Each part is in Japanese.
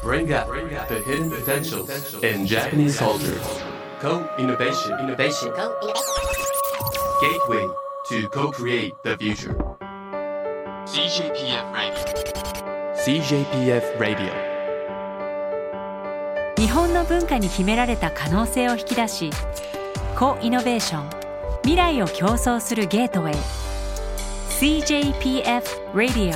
Bring out the hidden potentials in Japanese culture. Co-innovation. Gateway to co-create the future. CJPF Radio. 日本の文化に秘められた可能性を引き出し、コイノベーション、未来を競争するゲートウェイ CJPF Radio。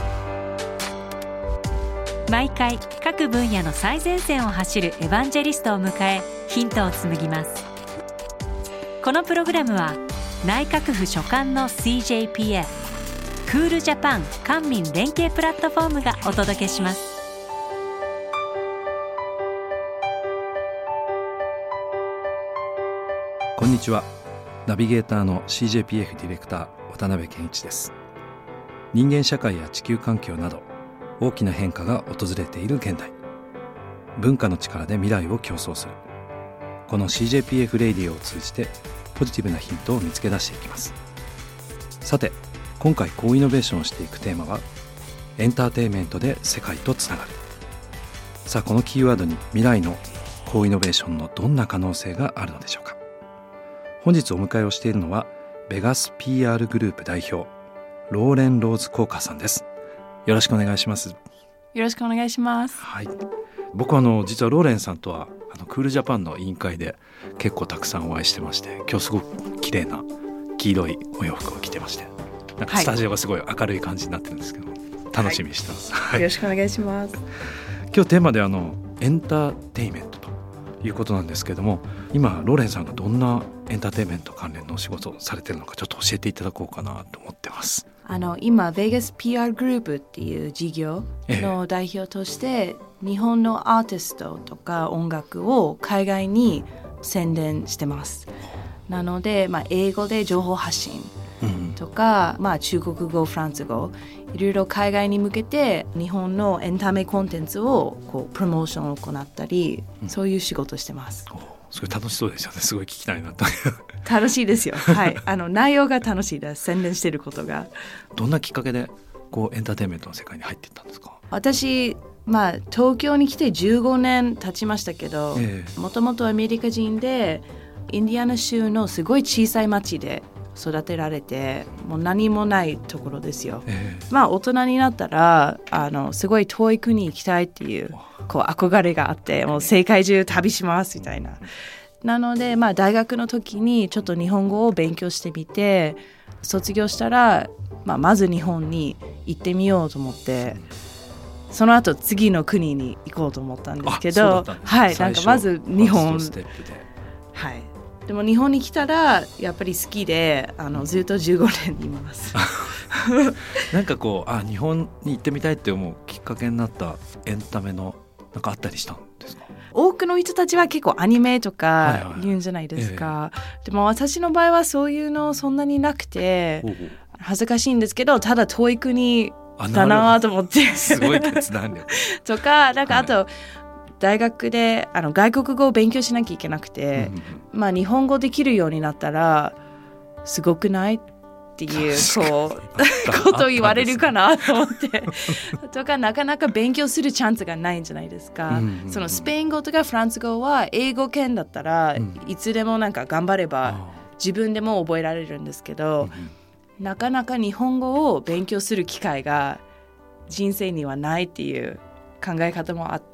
毎回各分野の最前線を走るエヴァンジェリストを迎え、ヒントを紡ぎます。このプログラムは内閣府所管の CJPF クールジャパン官民連携プラットフォームがお届けします。 こんにちは。ナビゲーターの CJPF ディレクター渡辺健一です。人間社会や地球環境など大きな変化が訪れている現代、文化の力で未来を競争する、この CJPF レディオを通じてポジティブなヒントを見つけ出していきます。さて、今回コイノベーションをしていくテーマはエンターテインメントで世界とつながる。さあ、このキーワードに未来のコイノベーションのどんな可能性があるのでしょうか。本日お迎えをしているのはベガス PR グループ代表ローレン・ローズ・コーカーさんです。よろしくお願いします。 よろしくお願いします。 はい、僕は実はローレンさんとはクールジャパンの委員会で結構たくさんお会いしてまして、今日すごく綺麗な黄色いお洋服を着てまして、なんかスタジオがすごい明るい感じになってるんですけど、楽しみにしてます、 よろしくお願いします。 今日テーマでエンターテインメントということなんですけども、今ローレンさんがどんなエンターテインメント関連のお仕事をされているのか、ちょっと教えていただこうかなと思ってます。 今ベガス PR グループっていう事業の代表として、日本のアーティストとか音楽を海外に宣伝してます。なので、英語で情報発信とか、中国語、フランス語、いろいろ海外に向けて日本のエンタメコンテンツをプロモーションを行ったり、そういう仕事してます。 すごい楽しそうですよね。すごい聞きたいなと楽しいですよ、はい、内容が楽しいです。宣伝していることが。 どんなきっかけでエンターテインメントの世界に入っていったんですか？ 私、東京に来て15年経ちましたけど、もともとアメリカ人でインディアナ州のすごい小さい町で育てられて、もう何もないところですよ。大人になったらすごい遠い国に行きたいっていう憧れがあって、もう世界中旅しますみたいな。なので、大学の時にちょっと日本語を勉強してみて、卒業したら、まず日本に行ってみようと思って、その後次の国に行こうと思ったんですけど、はい、なんかまず日本、はい、でも日本に来たらやっぱり好きでずっと15年にいますなんか日本に行ってみたいって思うきっかけになったエンタメのなんかあったりしたんですか？ 多くの人たちは結構アニメとか言うんじゃないですか、でも私の場合はそういうのそんなになくて恥ずかしいんですけど、ただ遠い国だなと思ってすごい決断力とか、なんかあと、大学で外国語を勉強しなきゃいけなくて、日本語できるようになったらすごくないっていうことを言われるかなと思ってとか、なかなか勉強するチャンスがないんじゃないですか、そのスペイン語とかフランス語は英語圏だったら、いつでもなんか頑張れば自分でも覚えられるんですけど、なかなか日本語を勉強する機会が人生にはないっていう考え方もあって、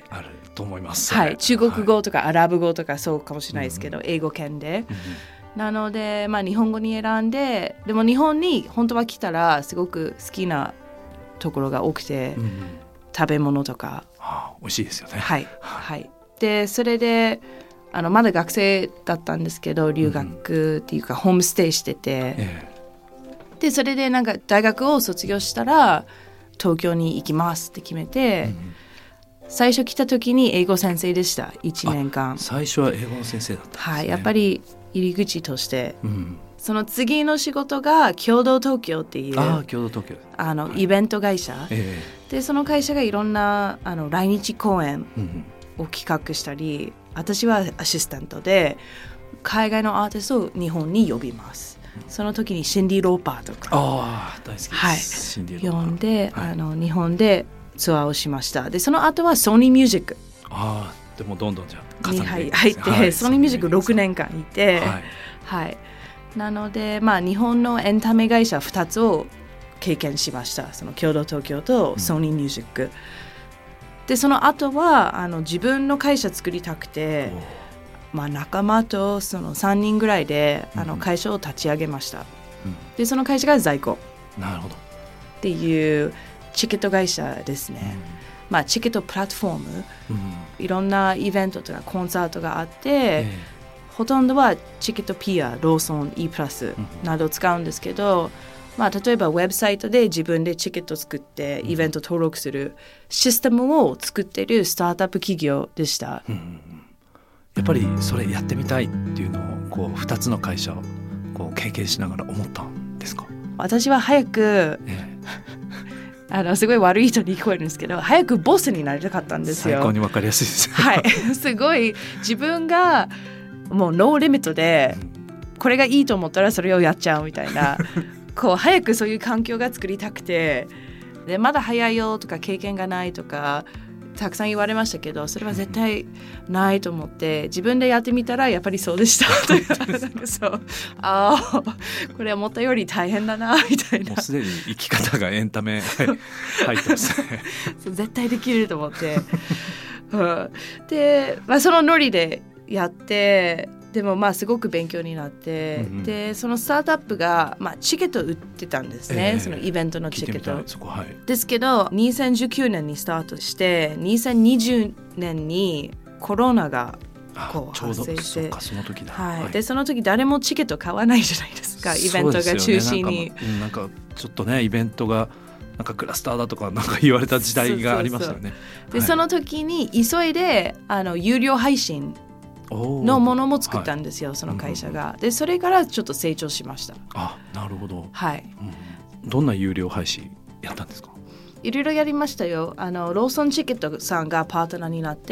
あると思います、 はい、中国語とかアラブ語とかそうかもしれないですけど、英語圏で、なので、日本語に選んで、でも日本に本当は来たらすごく好きなところが多くて、食べ物とか、 美味しいですよね。 はい、はい、でそれでまだ学生だったんですけど、留学っていうか、ホームステイしてて、でそれでなんか大学を卒業したら東京に行きますって決めて、最初来た時に英語先生でした。1年間。 最初は英語の先生だったんですね。 はい、やっぱり入り口として、その次の仕事が共同東京っていう共同東京イベント会社、でその会社がいろんな来日公演を企画したり、私はアシスタントで海外のアーティストを日本に呼びます。その時にシンディ・ローパーとか大好きです、 はい、 シンディ・ローパー呼んで、日本でツアーをしました。でその後はソニーミュージックでもどんどんじゃあに入って、ソニーミュージック6年間いて、なので、日本のエンタメ会社2つを経験しました。その共同東京とソニーミュージック、でその後は自分の会社作りたくて、仲間とその3人ぐらいで会社を立ち上げました。でその会社が在庫っていうチケット会社ですね。チケットプラットフォーム、いろんなイベントとかコンサートがあって、ほとんどはチケットピア、ローソン、E プラスなどを使うんですけど、例えばウェブサイトで自分でチケット作ってイベント登録するシステムを作っているスタートアップ企業でした。 やっぱりそれやってみたいっていうのをこう2つの会社をこう経験しながら思ったんですか？ 私は早く、すごい悪い人に聞こえるんですけど、早くボスになりたかったんですよ。 最高に分かりやすいですすごい自分がもうノーリミットで、これがいいと思ったらそれをやっちゃうみたいなこう早くそういう環境が作りたくて、でまだ早いよとか経験がないとかたくさん言われましたけど、それは絶対ないと思って自分でやってみたらやっぱりそうでしたそうこれは思ったより大変だなみたいな。 もうすでに生き方がエンタメ入ってますねそう絶対できると思ってで、そのノリでやって、でもすごく勉強になって、でそのスタートアップが、チケット売ってたんですね、そのイベントのチケットですけど、2019年にスタートして2020年にコロナがこう発生して、 その時だ、 でその時誰もチケット買わないじゃないですか、イベントが中止に、 なんかちょっとねイベントがなんかクラスターだとかなんか言われた時代がありましたよね。 でその時に急いで有料配信のものも作ったんですよ、その会社が。でそれからちょっと成長しました。 なるほど。どんな有料配信やったんですか？ いろいろやりましたよ。ローソンチケットさんがパートナーになって、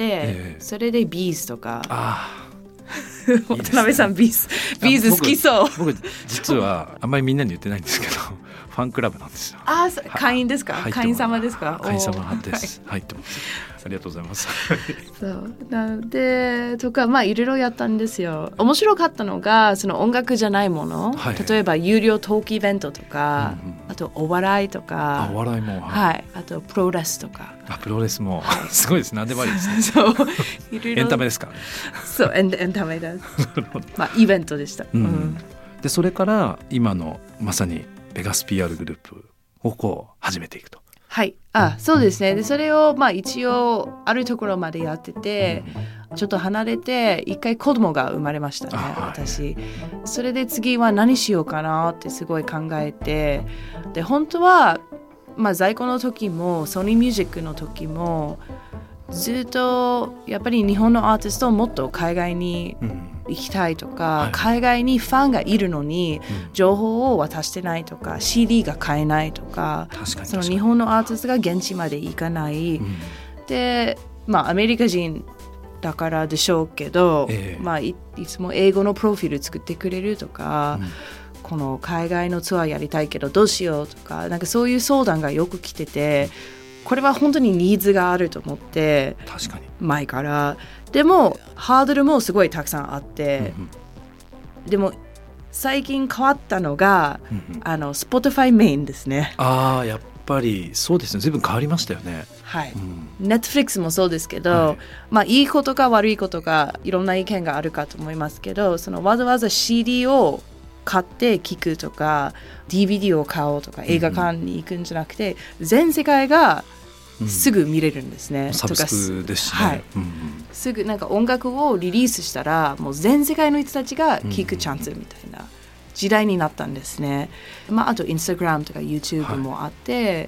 それでビーズとか渡辺さんビーズ好きそう。 僕実はあんまりみんなに言ってないんですけどファンクラブなんですよ。 会員ですか？会員様ですか？ 会員様です。入ってます。ありがとうございます。 そうなのでとかいろいろやったんですよ。面白かったのがその音楽じゃないもの、例えば有料トークイベントとか、あとお笑いとか、 お笑いも、 あとプロレスとか。 プロレスも、すごいです。何でもありですね。 そういろいろエンタメですからね。 そうエンタメです。イベントでした。 でそれから今のまさにベガス PR グループをこう始めていくと。 そうですね。でそれを一応あるところまでやってて、ちょっと離れて一回子供が生まれましたね、私。それで次は何しようかなってすごい考えて、で本当は、在庫の時もソニーミュージックの時もずっとやっぱり日本のアーティストをもっと海外に行きたいとか、海外にファンがいるのに情報を渡してないとか、CD が買えないとか、その日本のアーティストが現地まで行かない、でアメリカ人だからでしょうけど、いつも英語のプロフィール作ってくれるとか、この海外のツアーやりたいけどどうしようとか、なんかそういう相談がよく来てて、これは本当にニーズがあると思って、 確かに前からでもハードルもすごいたくさんあって、でも最近変わったのが、Spotify メインですね。 やっぱりそうですね。随分変わりましたよね。 Netflix もそうですけど、いいことか悪いことかいろんな意見があるかと思いますけど、そのわざわざ CD を買って聴くとか DVD を買おうとか映画館に行くんじゃなくて、全世界がすぐ見れるんですね。 サブスクですしね。 すぐなんか音楽をリリースしたらもう全世界の人たちが聴くチャンスみたいな時代になったんですね。あと Instagram とか YouTube もあって、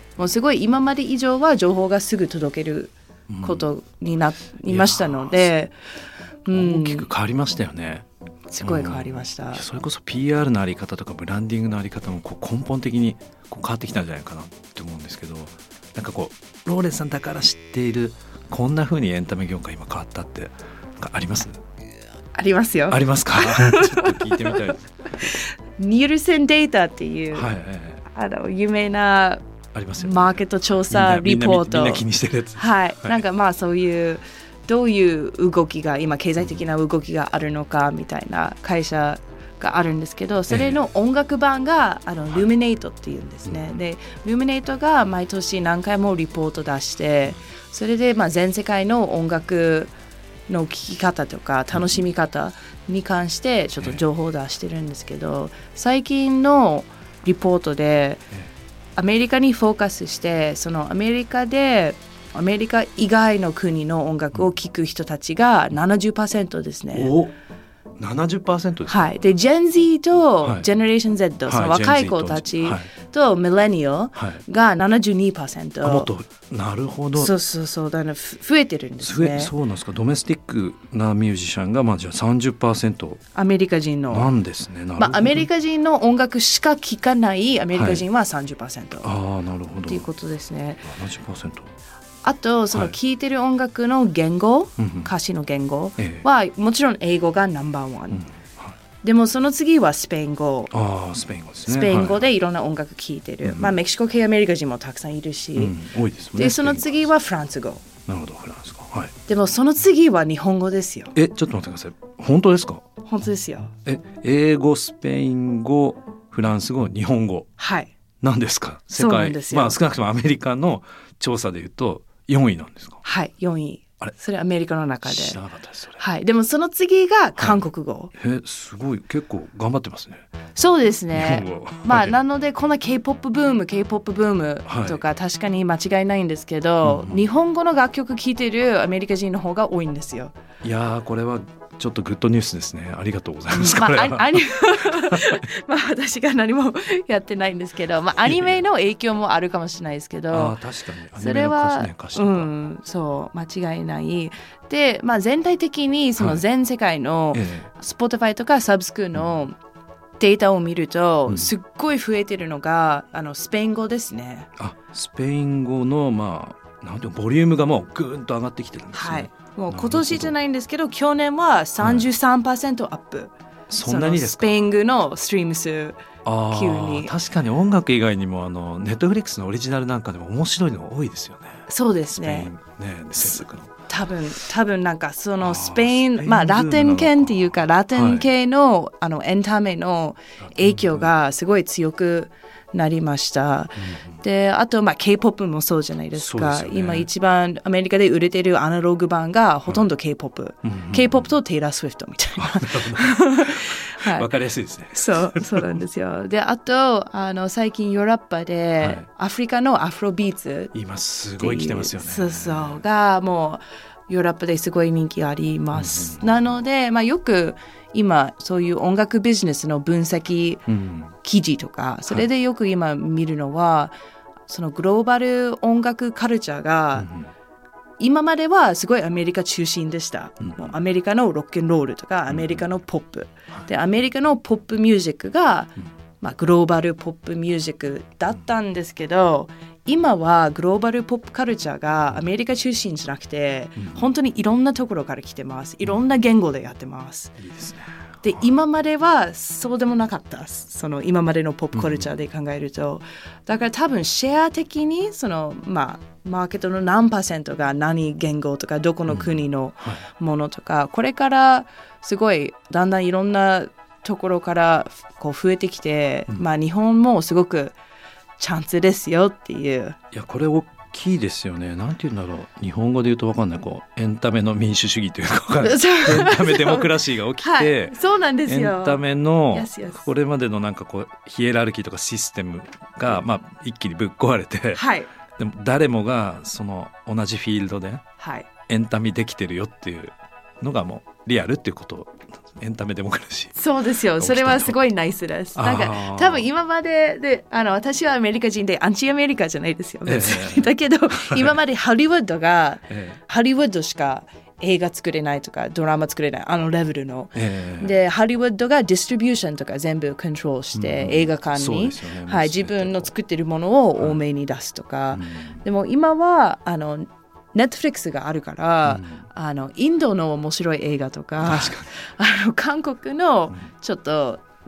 もうすごい今まで以上は情報がすぐ届けることになりましたので、 大きく変わりましたよね。 すごい変わりました。 それこそ PR のあり方とかブランディングのあり方も根本的に変わってきたんじゃないかなって思うんですけど、なんかローレンさんだから知っているこんな風にエンタメ業界今変わったってあります？ ありますよ。 ありますか？ちょっと聞いてみたいです。 ニールセンデータっていう、有名なありますよね。 マーケット調査リポートみんな気にしてるやつ、 はい、なんかまあそういうどういう動きが今経済的な動きがあるのかみたいな会社があるんですけど、それの音楽版がルミネートっていうんですね。でルミネートが毎年何回もリポート出して、それでまあ全世界の音楽の聴き方とか楽しみ方に関してちょっと情報を出してるんですけど、最近のリポートでアメリカにフォーカスして、そのアメリカ以外の国の音楽を聴く人たちが 70% ですね。 お 70% ですか。 はい。で、ジェン Z とジェネレーション Z、はい、その若い子たちとミレニアが 72%、はい、 もっとなるほど。 そうだから増えてるんですね。 そうなんですか。ドメスティックなミュージシャンがじゃあ 30% アメリカ人のなんですね。なるほど。 まあ、アメリカ人の音楽しか聴かないアメリカ人は 30%、 はい、あ、なるほど。 っていうことですね。 70%。 あとその聴いてる音楽の言語、はい、歌詞の言語はもちろん英語がナンバーワン、はい、でもその次はスペイン語。 スペイン語ですね。 スペイン語でいろんな音楽聴いてる、はい、まあ、メキシコ系アメリカ人もたくさんいるし、 多いですよね。 でその次はフランス語。 なるほど、フランス語、はい、 でもその次は日本語ですよ。 ちょっと待ってください。本当ですか？ 本当ですよ。 英語、スペイン語、フランス語、日本語、 はい、 何ですか？世界、 そうなんですよ。 まあ、少なくともアメリカの調査でいうと4位なんですか？はい、 4位。それアメリカの中で。 知らなかったです、それ。 はい、でもその次が韓国語。 はい、すごい、結構頑張ってますね。 そうですね。まあ、 はい、 なのでこんな K-POP ブームとか確かに間違いないんですけど、日本語の楽曲聴いてるアメリカ人の方が多いんですよ。 いやー、これはちょっとグッドニュースですね。ありがとうございます。 まあ私が何もやってないんですけど、まあ、アニメの影響もあるかもしれないですけど、 確かにそれは、 そう間違いない。で、まあ、全体的にその全世界の Spotify とかサブスクのデータを見ると、すっごい増えてるのがスペイン語ですね。 スペイン語のなんていうボリュームがもうぐーんと上がってきてるんですね。はい、 もう今年じゃないんですけど、去年は 33% アップ、 そんなにですか？ スペイン語のストリーム数急に。 確かに音楽以外にもネットフリックスのオリジナルなんかでも面白いの多いですよね。 そうですね。 制作の多分なんかそのスペイン、まあラテン圏っていうかラテン系の、エンタメの影響がすごい強くなりました。で、あとK-POP もそうじゃないですか。今一番アメリカで売れてるアナログ版がほとんど K-POP、K-POP とテイラー・スウィフトみたいな。 わかりやすいですね。 そうなんですよ。で、あと最近ヨーロッパで、アフリカのアフロビーツ、 今すごい来てますよね。 そうがもうヨーロッパですごい人気あります。なので、よく今そういう音楽ビジネスの分析記事とか、それでよく今見るのは、そのグローバル音楽カルチャーが、今まではすごいアメリカ中心でした。もうアメリカのロックンロールとかアメリカのポップ、でアメリカのポップミュージックが、グローバルポップミュージックだったんですけど、今はグローバルポップカルチャーがアメリカ中心じゃなくて、本当にいろんなところから来てます。いろんな言語でやってます。 いいですね。 で、今まではそうでもなかった。その今までのポップカルチャーで考えると、だから多分シェア的にそのマーケットの何%が何言語とかどこの国のものとか、これからすごいだんだんいろんなところからこう増えてきて、日本もすごくチャンスですよっていう。 いや、これ大きいですよね。なんて言うんだろう、日本語で言うと分かんない、エンタメの民主主義というか分かんないエンタメデモクラシーが起きて、 はい、そうなんですよ。 エンタメのこれまでのヒエラルキーとかシステムが、一気にぶっ壊れて、 はい、 でも誰もがその同じフィールドでエンタメできてるよっていうのがもうリアルっていうことを、エンタメデモクラシー。 そうですよ。それはすごいナイスです。なんか多分今までで私はアメリカ人でアンチアメリカじゃないですよ、だけど今までハリウッドが、ハリウッドしか映画作れないとかドラマ作れないレベルの、でハリウッドがディストリビューションとか全部コントロールして、映画館に、自分の作ってるものを多めに出すとか、でも今はネットフリックスがあるから、インドの面白い映画とか、韓国のちょっと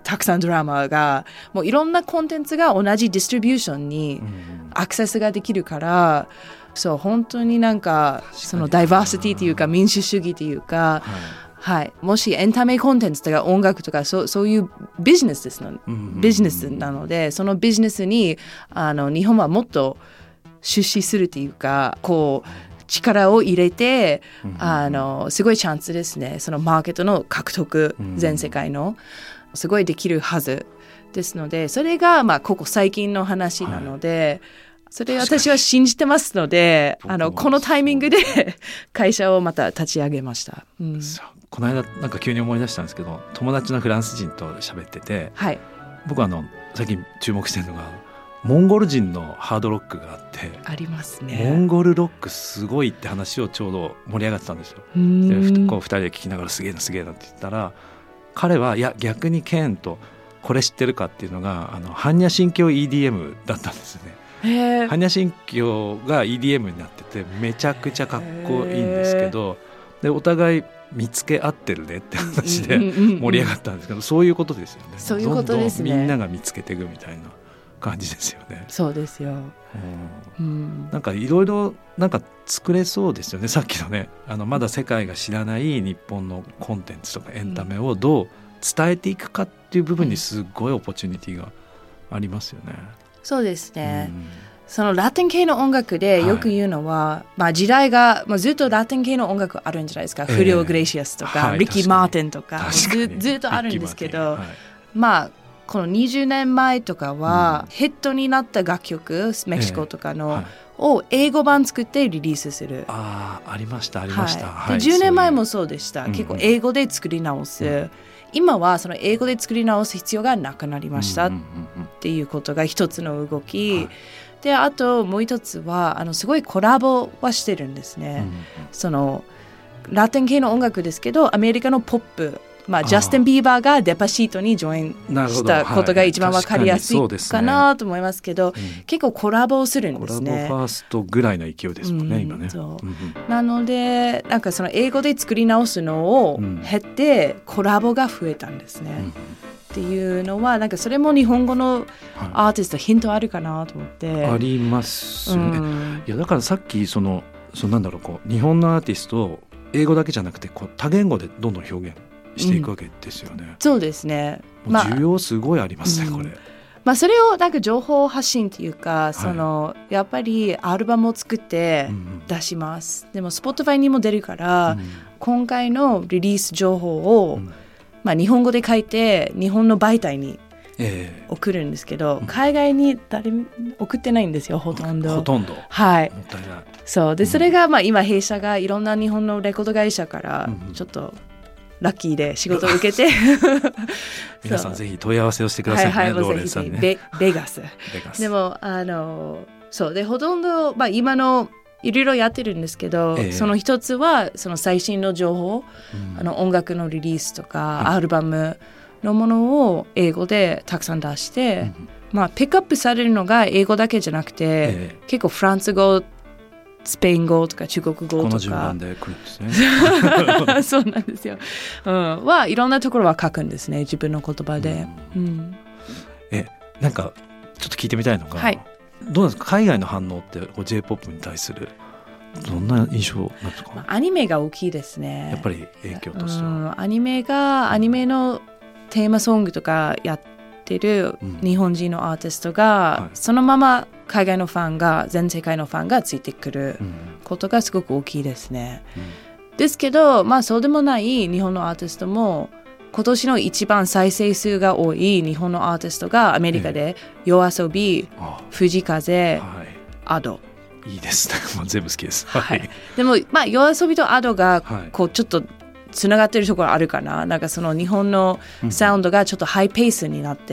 たくさんドラマがもういろんなコンテンツが同じディストリビューションにアクセスができるから、そう本当になんかそのダイバーシティというか民主主義というか、はい、もしエンタメコンテンツとか音楽とかそういうビジネスですの、ビジネスなので、そのビジネスに日本はもっと出資するというかこう力を入れてすごいチャンスですね。そのマーケットの獲得、全世界のすごいできるはずですので、それがここ最近の話なので、それ私は信じてますので、このタイミングで会社をまた立ち上げました。 この間なんか急に思い出したんですけど、友達のフランス人と喋ってて、はい、僕は最近注目してるのがモンゴル人のハードロックがあってありますね。 モンゴルロックすごいって話をちょうど盛り上がってたんですよ。でこう2人で聞きながらすげえなすげえなって言ったら、彼はいや逆にケンとこれ知ってるかっていうのが般若心経 EDM だったんですよね。般若心経が EDM になっててめちゃくちゃかっこいいんですけど、でお互い見つけ合ってるねって話で盛り上がったんですけど、そういうことですよね。 そういうことですね。 どんどんみんなが見つけていくみたいな感じですよね。 そうですよ。 なんかいろいろなんか作れそうですよね。さっきのねまだ世界が知らない日本のコンテンツとかエンタメをどう伝えていくかっていう部分にすごいオポチュニティがありますよね。 そうですね。そのラテン系の音楽でよく言うのは、時代が、ずっとラテン系の音楽あるんじゃないですか。フリオ・グレイシアスとか、リッキー・マーティンとかずっとあるんですけど、この20年前とかは、ヒットになった楽曲メキシコとかの、を英語版作ってリリースする。 ありましたありました。 で10年前もそうでした。結構英語で作り直す。今はその英語で作り直す必要がなくなりましたっていうことが一つの動き。であともう一つはすごいコラボはしてるんですね。そのラテン系の音楽ですけどアメリカのポップ、ジャスティン・ビーバーがデパシートにジョインしたことが一番わかりやすいかなと思いますけど、結構コラボをするんですね。 コラボファーストぐらいの勢いですもんね、今ね。 なのでなんかその英語で作り直すのを経ってコラボが増えたんですね。っていうのはなんかそれも日本語のアーティストヒントあるかなと思って、 ありますね。いやだからさっきなんだろうこう日本のアーティストを英語だけじゃなくてこう多言語でどんどん表現していくわけですよね。 そうですね。 需要すごいありますね、これ。 それをなんか情報発信っていうか、やっぱりアルバムを作って出します。でも Spotify にも出るから、今回のリリース情報を、日本語で書いて日本の媒体に送るんですけど、海外に誰も送ってないんですよ、ほとんど。はい。もったいない。そうで、それが今弊社がいろんな日本のレコード会社からちょっとラッキーで仕事を受けて皆さんぜひ問い合わせをしてくださいね。ローレンさんね。 ベガス。でもそうでほとんど今のいろいろやってるんですけど、その一つはその最新の情報、音楽のリリースとか、アルバムのものを英語でたくさん出して、ピックアップされるのが英語だけじゃなくて、結構フランス語、スペイン語とか中国語とかこの順番で来るんですね。 そうなんですよ。いろんなところは書くんですね、自分の言葉で。 なんかちょっと聞いてみたいのが、どうなんですか、海外の反応ってJ-POP に対するどんな印象なんですか？ アニメが大きいですね。 やっぱり影響としては。 アニメのテーマソングとかやってる日本人のアーティストが、そのまま海外のファンが全世界のファンがついてくることがすごく大きいですね。ですけどそうでもない日本のアーティストも今年の一番再生数が多い日本のアーティストがアメリカでYOASOBI、藤風、Ado。 いいですね。もう全部好きです。 でもYOASOBIとAdoがこうちょっとつながってるところあるかな。なんかその日本のサウンドがちょっとハイペースになって、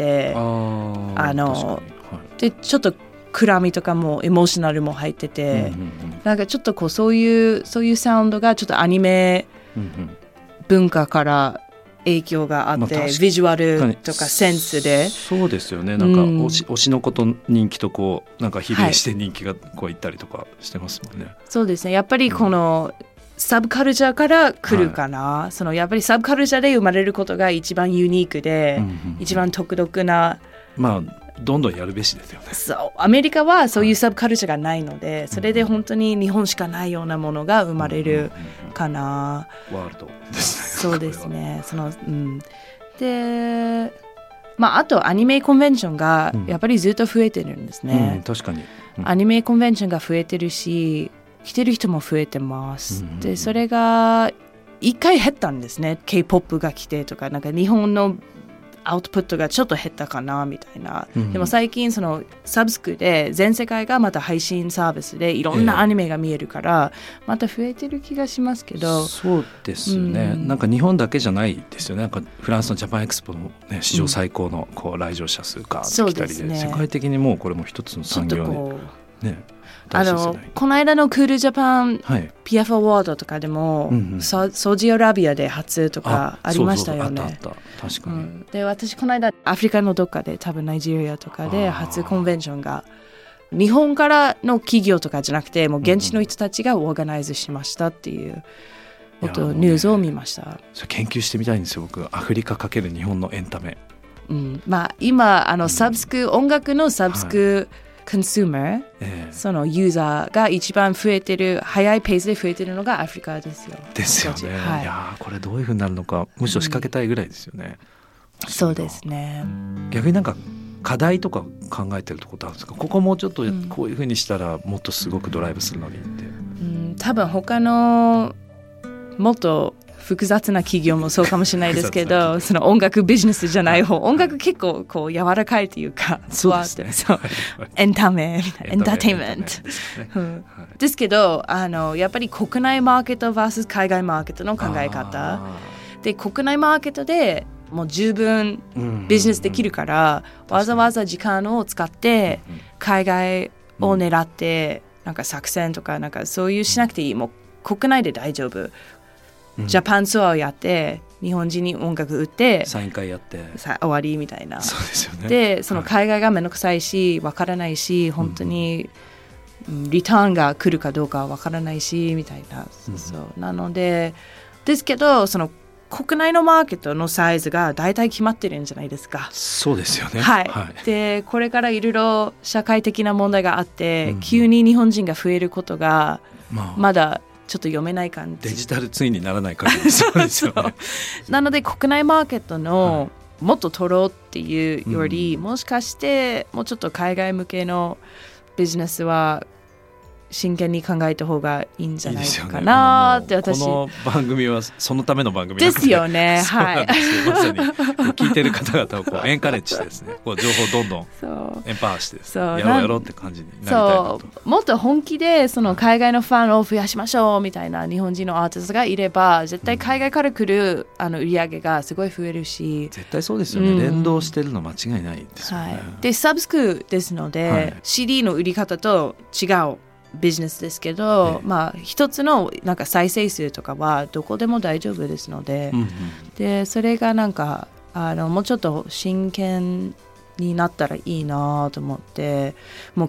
でちょっと暗みとかもエモーショナルも入ってて、なんかちょっとこうそういうサウンドがちょっとアニメ文化から影響があって、ビジュアルとかセンスで。 そうですよね。なんか推しの子と人気とこうなんか比例して人気がこういったりとかしてますもんね。 そうですね。やっぱりこのサブカルチャーから来るかな、そのやっぱりサブカルチャーで生まれることが一番ユニークで、一番独特な、 まあどんどんやるべしですよね。 そうアメリカはそういうサブカルチャーがないので、それで本当に日本しかないようなものが生まれるかな、 ワールドですね。そうですね。で、あとアニメコンベンションがやっぱりずっと増えてるんですね。 確かに、 アニメコンベンションが増えてるし、来てる人も増えてます。でそれが一回減ったんですね。 K-POP が来てとか、なんか日本のアウトプットがちょっと減ったかなみたいな、でも最近そのサブスクで全世界がまた配信サービスでいろんなアニメが見えるから、また増えてる気がしますけど。 そうですよね、なんか日本だけじゃないですよね。なんかフランスのジャパンエクスポの、ね、史上最高のこう来場者数が来たり で、世界的にもうこれも一つの産業にね、 この間のクールジャパン、PF アワードとかでも、サウジアラビアで初とかありましたよね。 確かに、 で私この間アフリカのどっかで、多分ナイジェリアとかで初コンベンションが日本からの企業とかじゃなくて、もう現地の人たちがオーガナイズしましたっていうニュースを見ました。 それ研究してみたいんですよ僕。アフリカ×日本のエンタメ、 今サブスク、音楽のサブスク、コンシューマー、そのユーザーが一番増えてる、早いペースで増えてるのがアフリカですよ。 ですよね、いやこれどういう風になるのか、むしろ仕掛けたいぐらいですよね。 そうですね。 逆になんか課題とか考えてるところあるんですか？ここもうちょっとこういう風にしたらもっとすごくドライブするのにって、 多分他のもっと複雑な企業もそうかもしれないですけどその音楽ビジネスじゃない方、音楽結構こう柔らかいというか、 そうですね、 エンタメみたいな、エンターテインメントですけど、やっぱり国内マーケット vs 海外マーケットの考え方で、国内マーケットでもう十分ビジネスできるから、わざわざ時間を使って海外を狙ってなんか作戦とかなんかそういうしなくていい、もう国内で大丈夫。ジャパンツアーをやって日本人に音楽売ってサイン会やって終わりみたいな。 そうですよね。 でその海外がめんどくさいしわからないし、本当にリターンが来るかどうかわからないしみたいな、そうなのでですけど、その国内のマーケットのサイズが大体決まってるんじゃないですか。 そうですよね、 でこれからいろいろ社会的な問題があって、急に日本人が増えることがまだちょっと読めない感じ。 デジタルツインにならない感じそうですよねなので国内マーケットのもっと取ろうっていうより、もしかしてもうちょっと海外向けのビジネスは真剣に考えた方がいいんじゃないかなって、私この番組はそのための番組ですよね。はい、 まさに聞いてる方々をこうエンカレッジしてですね、こう情報どんどんエンパワーしてですね、やろうって感じになりたいなと。 もっと本気でその海外のファンを増やしましょうみたいな日本人のアーティストがいれば、絶対海外から来る売り上げがすごい増えるし、 絶対そうですよね、連動してるの間違いないですよね。 でサブスクですので、CD の売り方と違うビジネスですけど、一つのなんか再生数とかはどこでも大丈夫ですので、でそれがなんかもうちょっと真剣になったらいいなと思って、もう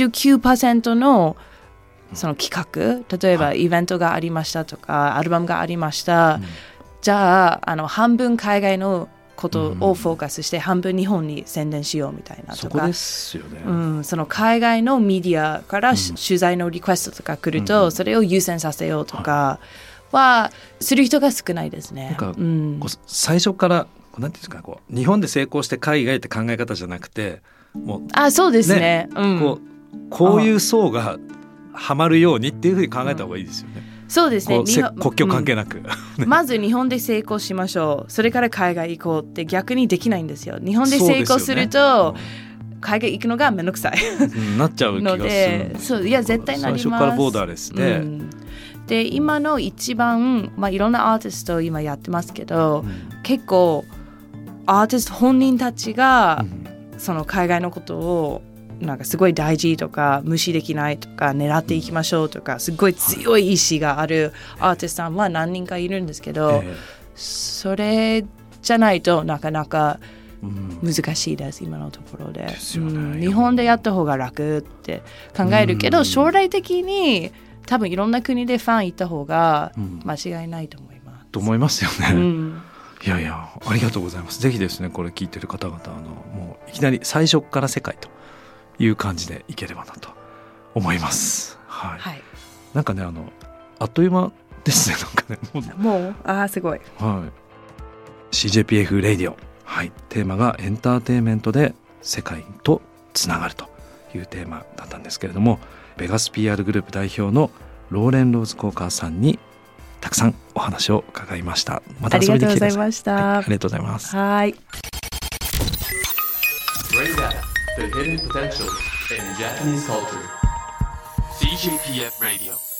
99% のその企画、例えばイベントがありましたとか、アルバムがありました、じゃあ半分海外のことをフォーカスして半分日本に宣伝しようみたいなとか、 そこですよね、 その海外のメディアから取材のリクエストとか来ると、それを優先させようとかはする人が少ないですね。 なんか最初からなんていうんですか、こう日本で成功して海外って考え方じゃなくて、もうそうですね、 こういう層がハマるようにっていうふうに考えた方がいいですよね。 そうですね、 国境関係なく、 まず日本で成功しましょう、それから海外行こうって逆にできないんですよ。日本で成功すると海外行くのがめんどくさいなっちゃう気がするんですけど、 いや絶対なります。 最初からボーダーレスで、 で今の一番、いろんなアーティスト今やってますけど、結構アーティスト本人たちが、その海外のことをなんかすごい大事とか無視できないとか狙っていきましょうとか、すごい強い意志があるアーティストさんは何人かいるんですけど、それじゃないとなかなか難しいです、今のところで。日本でやった方が楽って考えるけど、将来的に多分いろんな国でファンいた方が間違いないと思います、 と思いますよね、いやいやありがとうございます。ぜひですねこれ聞いてる方々もういきなり最初から世界という感じでいければなと思います、はいはい、なんかねあっという間ですね。なんかねもうすごい、 はい、CJPF レディオ、はい、テーマがエンターテインメントで世界とつながるというテーマだったんですけれども、ベガス PR グループ代表のローレン・ローズ・コーカーさんにたくさんお話を伺いました。また遊びに来てください。ありがとうございました、はい、ありがとうございます。 はい。 Bring back the hidden potential in Japanese culture. CJPF Radio